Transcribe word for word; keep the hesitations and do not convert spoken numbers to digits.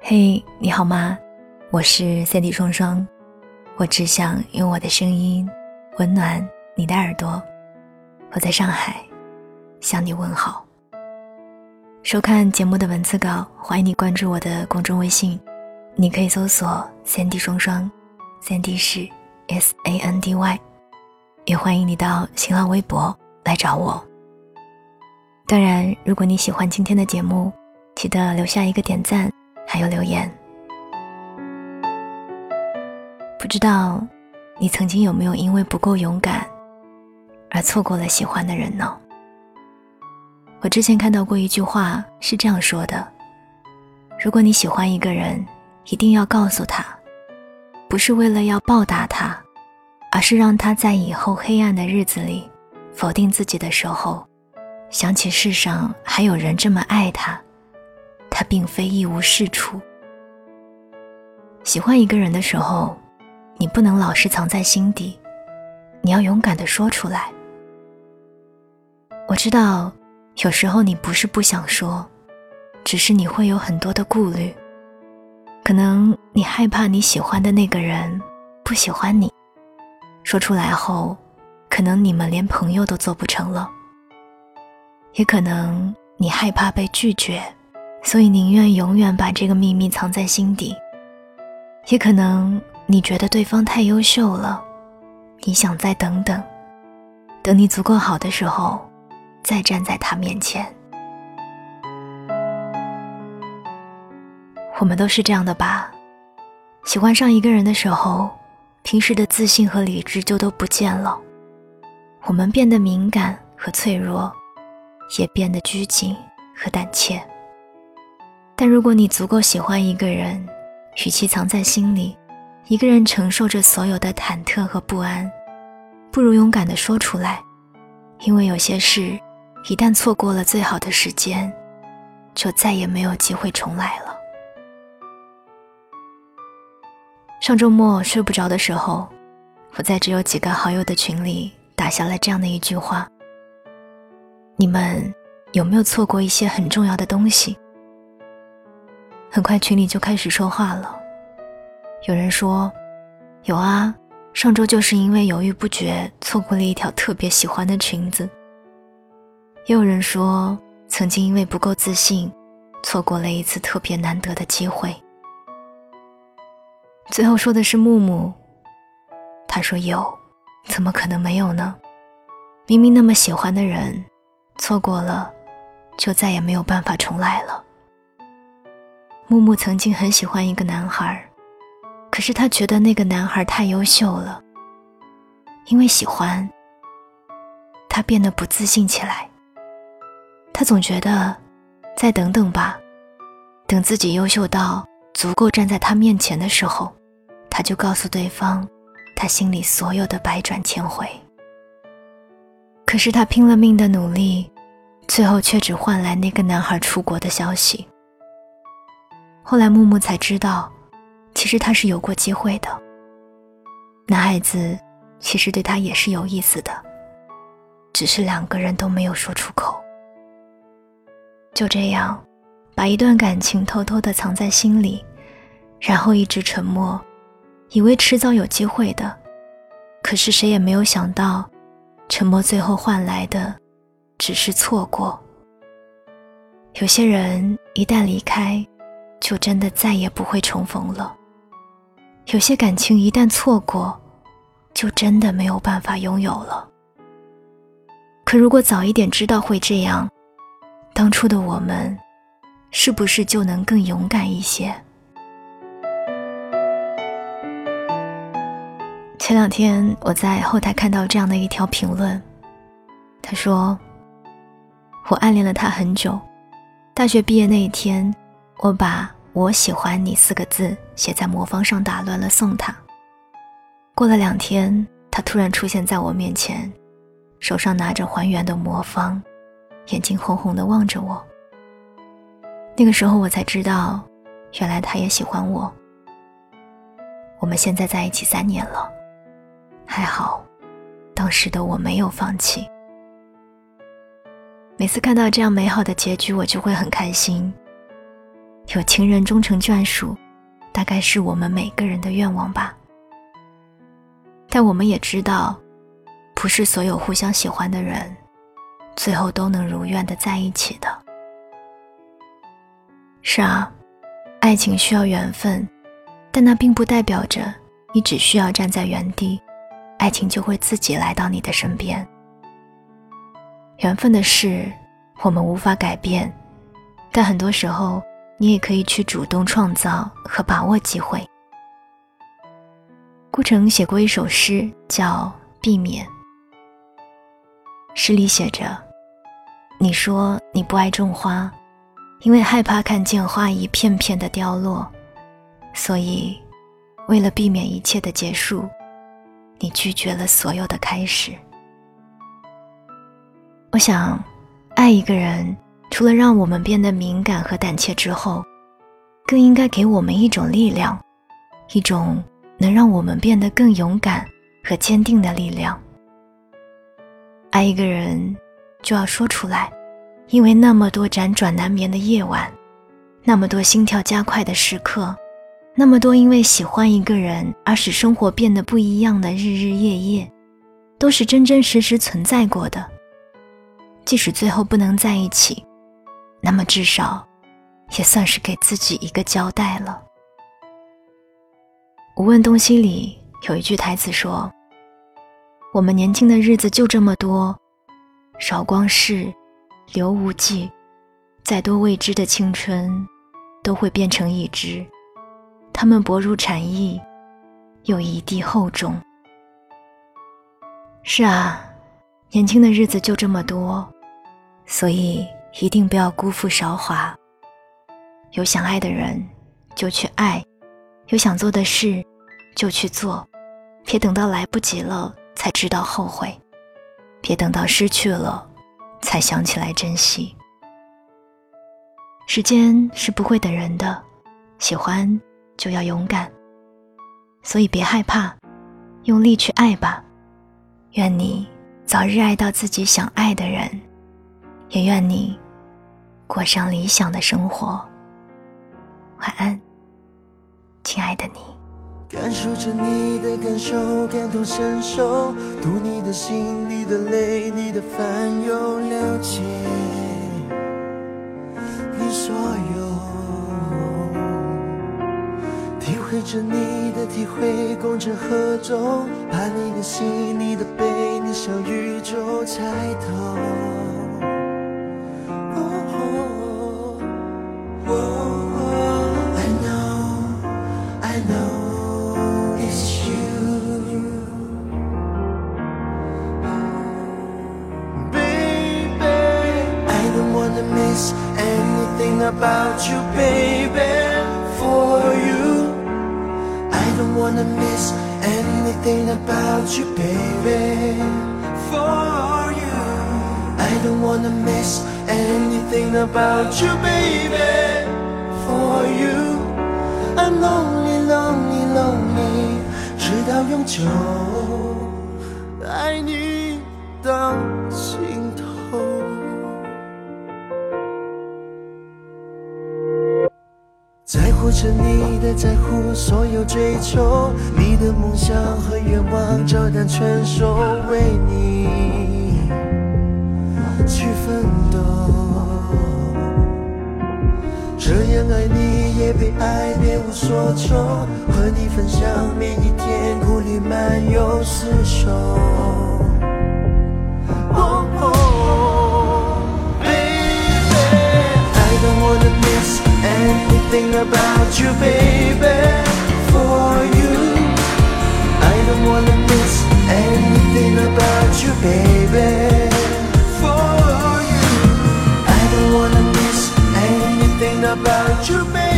嘿，你好吗？我是三 D 双双，我只想用我的声音温暖你的耳朵。我在上海向你问好。收看节目的文字稿，欢迎你关注我的公众微信，你可以搜索三 D 双双，三 D 是 S A N D Y， 也欢迎你到新浪微博来找我。当然，如果你喜欢今天的节目，记得留下一个点赞还有留言。不知道你曾经有没有因为不够勇敢而错过了喜欢的人呢？我之前看到过一句话是这样说的：如果你喜欢一个人，一定要告诉他，不是为了要报答他，而是让他在以后黑暗的日子里否定自己的时候，想起世上还有人这么爱他，他并非一无是处。喜欢一个人的时候，你不能老是藏在心底，你要勇敢地说出来。我知道有时候你不是不想说，只是你会有很多的顾虑，可能你害怕你喜欢的那个人不喜欢你，说出来后可能你们连朋友都做不成了。也可能你害怕被拒绝，所以宁愿永远把这个秘密藏在心底。也可能你觉得对方太优秀了，你想再等等，等你足够好的时候再站在他面前。我们都是这样的吧，喜欢上一个人的时候，平时的自信和理智就都不见了，我们变得敏感和脆弱，也变得拘谨和胆怯。但如果你足够喜欢一个人，与其藏在心里，一个人承受着所有的忐忑和不安，不如勇敢地说出来。因为有些事一旦错过了最好的时间，就再也没有机会重来了。上周末睡不着的时候，我在只有几个好友的群里打下了这样的一句话：你们有没有错过一些很重要的东西？很快群里就开始说话了，有人说有啊，上周就是因为犹豫不决错过了一条特别喜欢的裙子。也有人说曾经因为不够自信错过了一次特别难得的机会。最后说的是木木，他说有，怎么可能没有呢？明明那么喜欢的人，错过了就再也没有办法重来了。木木曾经很喜欢一个男孩，可是他觉得那个男孩太优秀了，因为喜欢，他变得不自信起来。他总觉得再等等吧，等自己优秀到足够站在他面前的时候，他就告诉对方他心里所有的百转千回。可是他拼了命的努力，最后却只换来那个男孩出国的消息。后来木木才知道，其实他是有过机会的，男孩子其实对他也是有意思的，只是两个人都没有说出口。就这样把一段感情偷偷地藏在心里，然后一直沉默，以为迟早有机会的，可是谁也没有想到，沉默最后换来的只是错过。有些人一旦离开，就真的再也不会重逢了。有些感情一旦错过，就真的没有办法拥有了。可如果早一点知道会这样，当初的我们是不是就能更勇敢一些？前两天我在后台看到这样的一条评论，他说，我暗恋了他很久，大学毕业那一天，我把我喜欢你四个字写在魔方上打乱了送他。过了两天，他突然出现在我面前，手上拿着还原的魔方，眼睛红红地望着我。那个时候我才知道，原来他也喜欢我。我们现在在一起三年了，还好当时的我没有放弃。每次看到这样美好的结局，我就会很开心。 有情人终成眷属，大概是我们每个人的愿望吧。但我们也知道，不是所有互相喜欢的人，最后都能如愿的在一起的。是啊，爱情需要缘分，但那并不代表着你只需要站在原地，爱情就会自己来到你的身边。缘分的事，我们无法改变，但很多时候，你也可以去主动创造和把握机会。顾城写过一首诗，叫《避免》。诗里写着：你说你不爱种花，因为害怕看见花一片片的凋落，所以为了避免一切的结束，你拒绝了所有的开始。我想，爱一个人，除了让我们变得敏感和胆怯之后，更应该给我们一种力量，一种能让我们变得更勇敢和坚定的力量。爱一个人就要说出来，因为那么多辗转难眠的夜晚，那么多心跳加快的时刻，那么多因为喜欢一个人而使生活变得不一样的日日夜夜，都是真真实实存在过的。即使最后不能在一起，那么至少也算是给自己一个交代了。无问东西里有一句台词说，我们年轻的日子就这么多，韶光逝，流无际，再多未知的青春都会变成一枝，它们薄如蝉翼，又一地厚重。是啊，年轻的日子就这么多，所以一定不要辜负韶华。有想爱的人就去爱，有想做的事就去做，别等到来不及了才知道后悔，别等到失去了才想起来珍惜。时间是不会等人的，喜欢就要勇敢，所以别害怕，用力去爱吧。愿你早日爱到自己想爱的人，也愿你过上理想的生活。晚安，亲爱的你。 感受着你的感受，感同身受，读你的心，你的泪，你的烦忧，了解你所有，体会着你的体会，共振合奏，把你的心，你的悲，你向宇宙猜透。I know, I know it's you, baby. I don't wanna miss anything about you, baby. For you, I don't wanna miss anything about you, baby. For you, I don't wanna miss anything about you, baby. For you, I'm lonely, lonely, lonely, 直到永久，爱你到尽头。在乎着你的在乎，所有追求，你的梦想和愿望，照单全收，为你去奋斗。这样爱你也被爱，别无所求，和你分享每一天，苦旅漫游厮守。Oh, oh, baby, I don't wanna miss anything about you, baby. For you, I don't wanna miss anything about you, baby. For you, I don't wanna miss anything about you, baby.